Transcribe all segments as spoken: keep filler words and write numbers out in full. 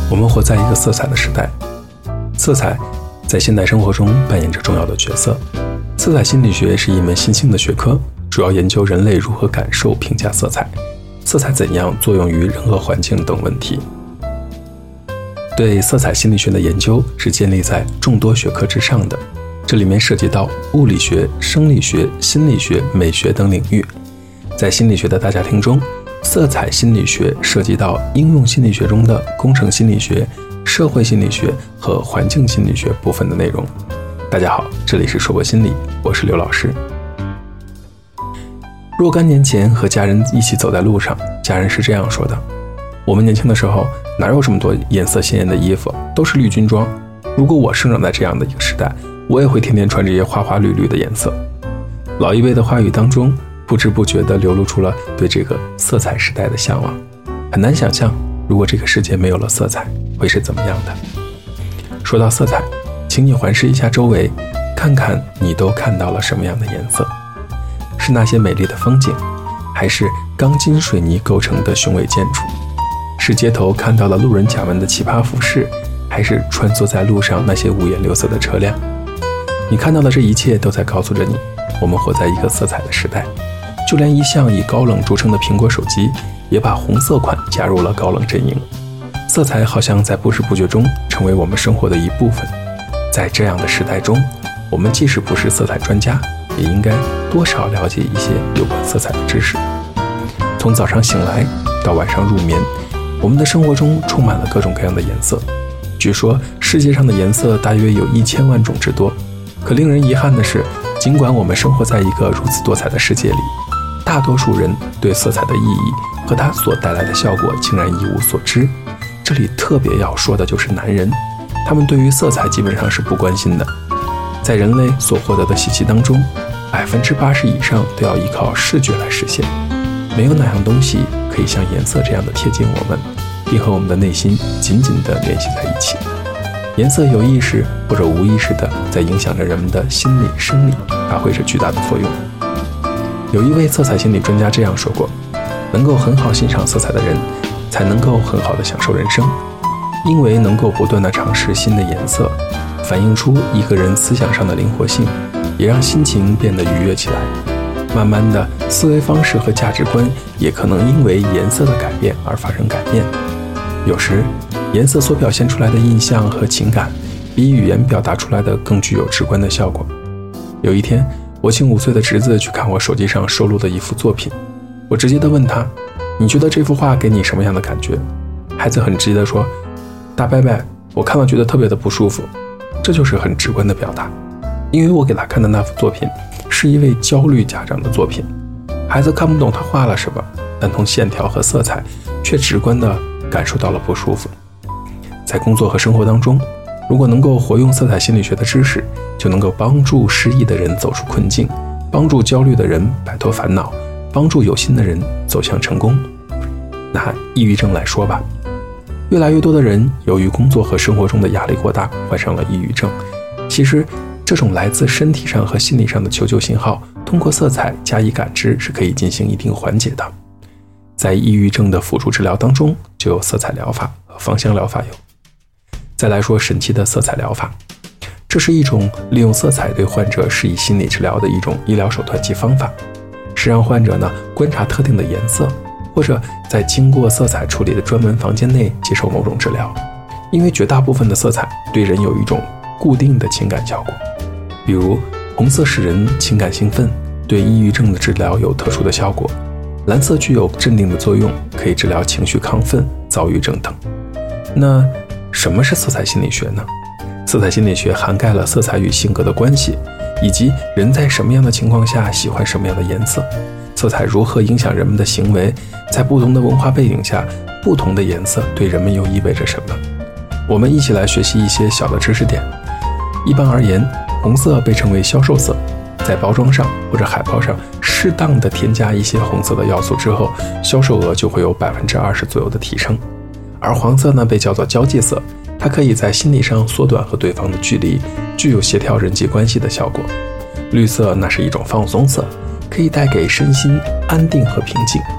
我们活在一个色彩的时代，色彩在现代生活中扮演着重要的角色。色彩心理学是一门新兴的学科，主要研究人类如何感受、评价色彩，色彩怎样作用于人和环境等问题。对色彩心理学的研究是建立在众多学科之上的，这里面涉及到物理学、生理学、心理学、美学等领域。在心理学的大家庭中，色彩心理学涉及到应用心理学中的工程心理学、社会心理学和环境心理学部分的内容。大家好，这里是说博心理，我是刘老师。若干年前和家人一起走在路上，家人是这样说的：我们年轻的时候哪有这么多颜色鲜艳的衣服，都是绿军装。如果我生长在这样的一个时代，我也会天天穿这些花花绿绿的颜色。老一辈的话语当中，不知不觉地流露出了对这个色彩时代的向往。很难想象，如果这个世界没有了色彩，会是怎么样的。说到色彩，请你环视一下周围，看看你都看到了什么样的颜色。是那些美丽的风景，还是钢筋水泥构成的雄伟建筑？是街头看到了路人甲们的奇葩服饰，还是穿梭在路上那些五颜六色的车辆？你看到的这一切都在告诉着你，我们活在一个色彩的时代。就连一向以高冷著称的苹果手机，也把红色款加入了高冷阵营。色彩好像在不知不觉中成为我们生活的一部分。在这样的时代中，我们即使不是色彩专家，也应该多少了解一些有关色彩的知识。从早上醒来到晚上入眠，我们的生活中充满了各种各样的颜色。据说世界上的颜色大约有一千万种之多。可令人遗憾的是，尽管我们生活在一个如此多彩的世界里，大多数人对色彩的意义和它所带来的效果竟然一无所知。这里特别要说的就是男人，他们对于色彩基本上是不关心的。在人类所获得的信息当中，百分之八十以上都要依靠视觉来实现。没有哪样东西可以像颜色这样的贴近我们，并和我们的内心紧紧地联系在一起。颜色有意识或者无意识地在影响着人们的心理、生理，发挥着巨大的作用。有一位色彩心理专家这样说过：能够很好欣赏色彩的人，才能够很好地享受人生。因为能够不断地尝试新的颜色，反映出一个人思想上的灵活性，也让心情变得愉悦起来。慢慢的，思维方式和价值观也可能因为颜色的改变而发生改变。有时，颜色所表现出来的印象和情感，比语言表达出来的更具有直观的效果。有一天，我请五岁的侄子去看我手机上收录的一幅作品，我直接地问他：你觉得这幅画给你什么样的感觉？孩子很直接地说：大伯伯，我看了觉得特别的不舒服。这就是很直观的表达。因为我给他看的那幅作品是一位焦虑家长的作品，孩子看不懂他画了什么，但从线条和色彩却直观地感受到了不舒服。在工作和生活当中，如果能够活用色彩心理学的知识，就能够帮助失意的人走出困境，帮助焦虑的人摆脱烦恼，帮助有心的人走向成功。拿抑郁症来说吧，越来越多的人由于工作和生活中的压力过大，患上了抑郁症。其实这种来自身体上和心理上的求救信号，通过色彩加以感知是可以进行一定缓解的。在抑郁症的辅助治疗当中，就有色彩疗法和芳香疗法有。再来说神奇的色彩疗法，这是一种利用色彩对患者施以心理治疗的一种医疗手段及方法，是让患者呢观察特定的颜色，或者在经过色彩处理的专门房间内接受某种治疗。因为绝大部分的色彩对人有一种固定的情感效果，比如红色使人情感兴奋，对抑郁症的治疗有特殊的效果；蓝色具有镇定的作用，可以治疗情绪亢奋、躁郁症等。那什么是色彩心理学呢？色彩心理学涵盖了色彩与性格的关系，以及人在什么样的情况下喜欢什么样的颜色，色彩如何影响人们的行为，在不同的文化背景下，不同的颜色对人们又意味着什么。我们一起来学习一些小的知识点。一般而言，红色被称为销售色，在包装上或者海报上适当的添加一些红色的要素之后，销售额就会有百分之二十左右的提升。而黄色呢，被叫做交际色，它可以在心理上缩短和对方的距离，具有协调人际关系的效果。绿色那是一种放松色，可以带给身心安定和平静。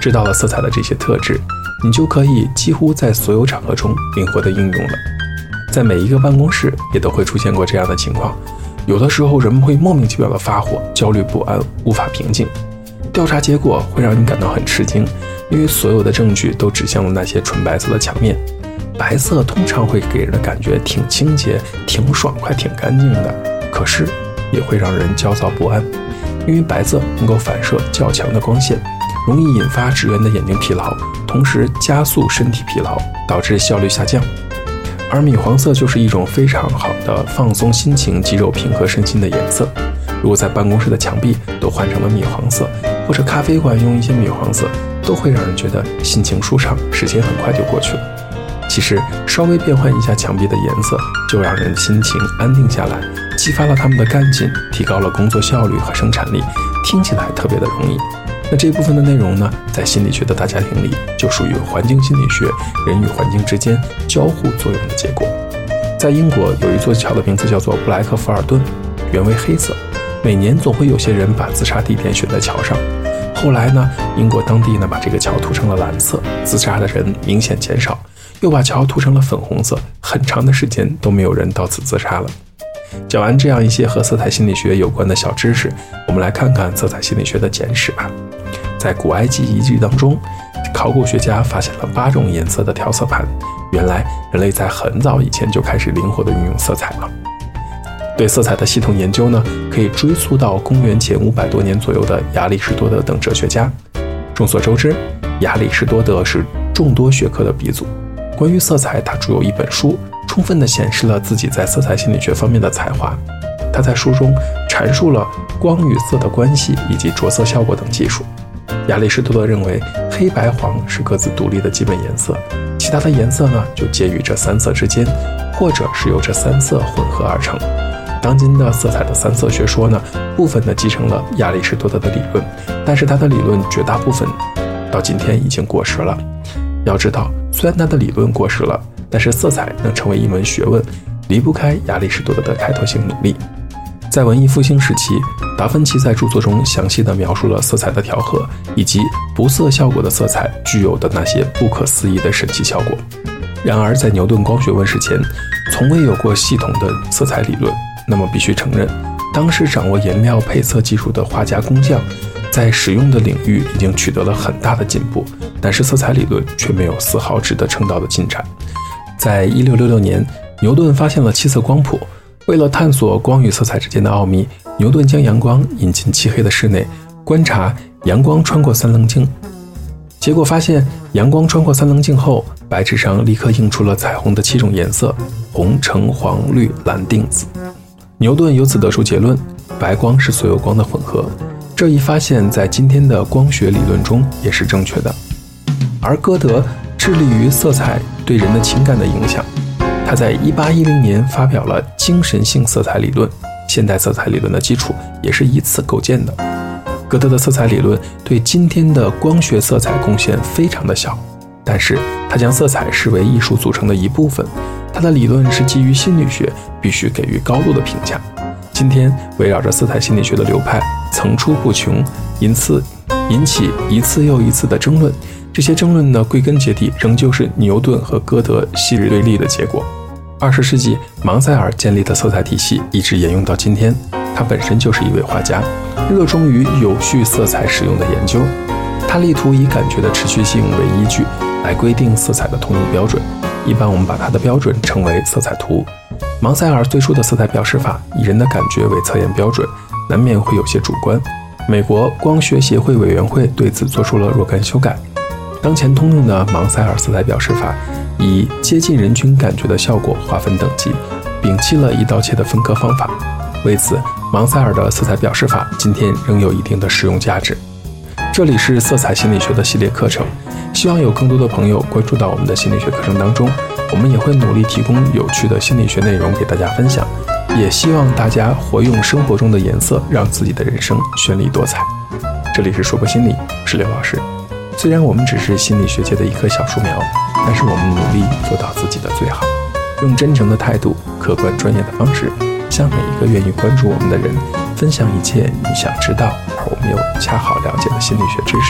知道了色彩的这些特质，你就可以几乎在所有场合中灵活地应用了。在每一个办公室也都会出现过这样的情况，有的时候人们会莫名其妙的发火，焦虑不安，无法平静。调查结果会让你感到很吃惊，因为所有的证据都指向了那些纯白色的墙面。白色通常会给人的感觉挺清洁、挺爽快、挺干净的，可是也会让人焦躁不安，因为白色能够反射较强的光线，容易引发职员的眼睛疲劳，同时加速身体疲劳，导致效率下降。而米黄色就是一种非常好的放松心情、肌肉平和身心的颜色。如果在办公室的墙壁都换成了米黄色，或者咖啡馆用一些米黄色，都会让人觉得心情舒畅，时间很快就过去了。其实稍微变换一下墙壁的颜色，就让人心情安定下来，激发了他们的干劲，提高了工作效率和生产力，听起来特别的容易。那这部分的内容呢，在心理学的大家庭里就属于环境心理学，人与环境之间交互作用的结果。在英国有一座桥的名字叫做布莱克福尔顿，原为黑色，每年总会有些人把自杀地点选在桥上。后来呢，英国当地呢把这个桥涂成了蓝色，自杀的人明显减少，又把桥涂成了粉红色，很长的时间都没有人到此自杀了。讲完这样一些和色彩心理学有关的小知识，我们来看看色彩心理学的简史吧。在古埃及遗迹当中，考古学家发现了八种颜色的调色盘，原来人类在很早以前就开始灵活地运用色彩了。对色彩的系统研究呢，可以追溯到公元前五百多年左右的亚里士多德等哲学家。众所周知，亚里士多德是众多学科的鼻祖。关于色彩，他著有一本书，充分地显示了自己在色彩心理学方面的才华。他在书中阐述了光与色的关系以及着色效果等技术。亚里士多德认为，黑白黄是各自独立的基本颜色，其他的颜色呢就介于这三色之间，或者是由这三色混合而成。当今的色彩的三色学说呢，部分的继承了亚里士多德的理论，但是他的理论绝大部分到今天已经过时了。要知道，虽然他的理论过时了，但是色彩能成为一门学问，离不开亚里士多德的开拓性努力。在文艺复兴时期，达芬奇在著作中详细地描述了色彩的调和以及不色效果的色彩具有的那些不可思议的神奇效果。然而在牛顿光学问世前，从未有过系统的色彩理论。那么必须承认，当时掌握颜料配色技术的画家工匠在使用的领域已经取得了很大的进步，但是色彩理论却没有丝毫值得称道的进展。在一六六六年，牛顿发现了七色光谱。为了探索光与色彩之间的奥秘，牛顿将阳光引进漆黑的室内，观察阳光穿过三棱镜。结果发现，阳光穿过三棱镜后，白纸上立刻映出了彩虹的七种颜色：红、橙、黄、绿、蓝、靛、紫。牛顿由此得出结论，白光是所有光的混合。这一发现在今天的光学理论中也是正确的。而歌德致力于色彩对人的情感的影响，他在一八一零年发表了精神性色彩理论，现代色彩理论的基础也是以此构建的。歌德的色彩理论对今天的光学色彩贡献非常的小，但是他将色彩视为艺术组成的一部分。他的理论是基于心理学，必须给予高度的评价。今天围绕着色彩心理学的流派层出不穷，因此引起一次又一次的争论。这些争论呢，归根结底仍旧是牛顿和歌德昔日对立的结果。二十世纪，芒塞尔建立的色彩体系一直沿用到今天。他本身就是一位画家，热衷于有序色彩使用的研究。他力图以感觉的持续性为依据，来规定色彩的通用标准。一般我们把它的标准称为色彩图。芒塞尔最初的色彩表示法以人的感觉为测验标准，难免会有些主观。美国光学协会委员会对此做出了若干修改。当前通用的芒塞尔色彩表示法以接近人群感觉的效果划分等级，摒弃了一刀切的分割方法。为此，芒塞尔的色彩表示法今天仍有一定的实用价值。这里是色彩心理学的系列课程，希望有更多的朋友关注到我们的心理学课程当中，我们也会努力提供有趣的心理学内容给大家分享，也希望大家活用生活中的颜色，让自己的人生绚丽多彩。这里是说播心理，我是刘老师。虽然我们只是心理学界的一棵小树苗，但是我们努力做到自己的最好，用真诚的态度、客观专业的方式，向每一个愿意关注我们的人分享一切你想知道而我们又恰好了解的心理学知识。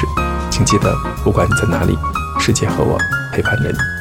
请记得，不管你在哪里，世界和我陪伴着你。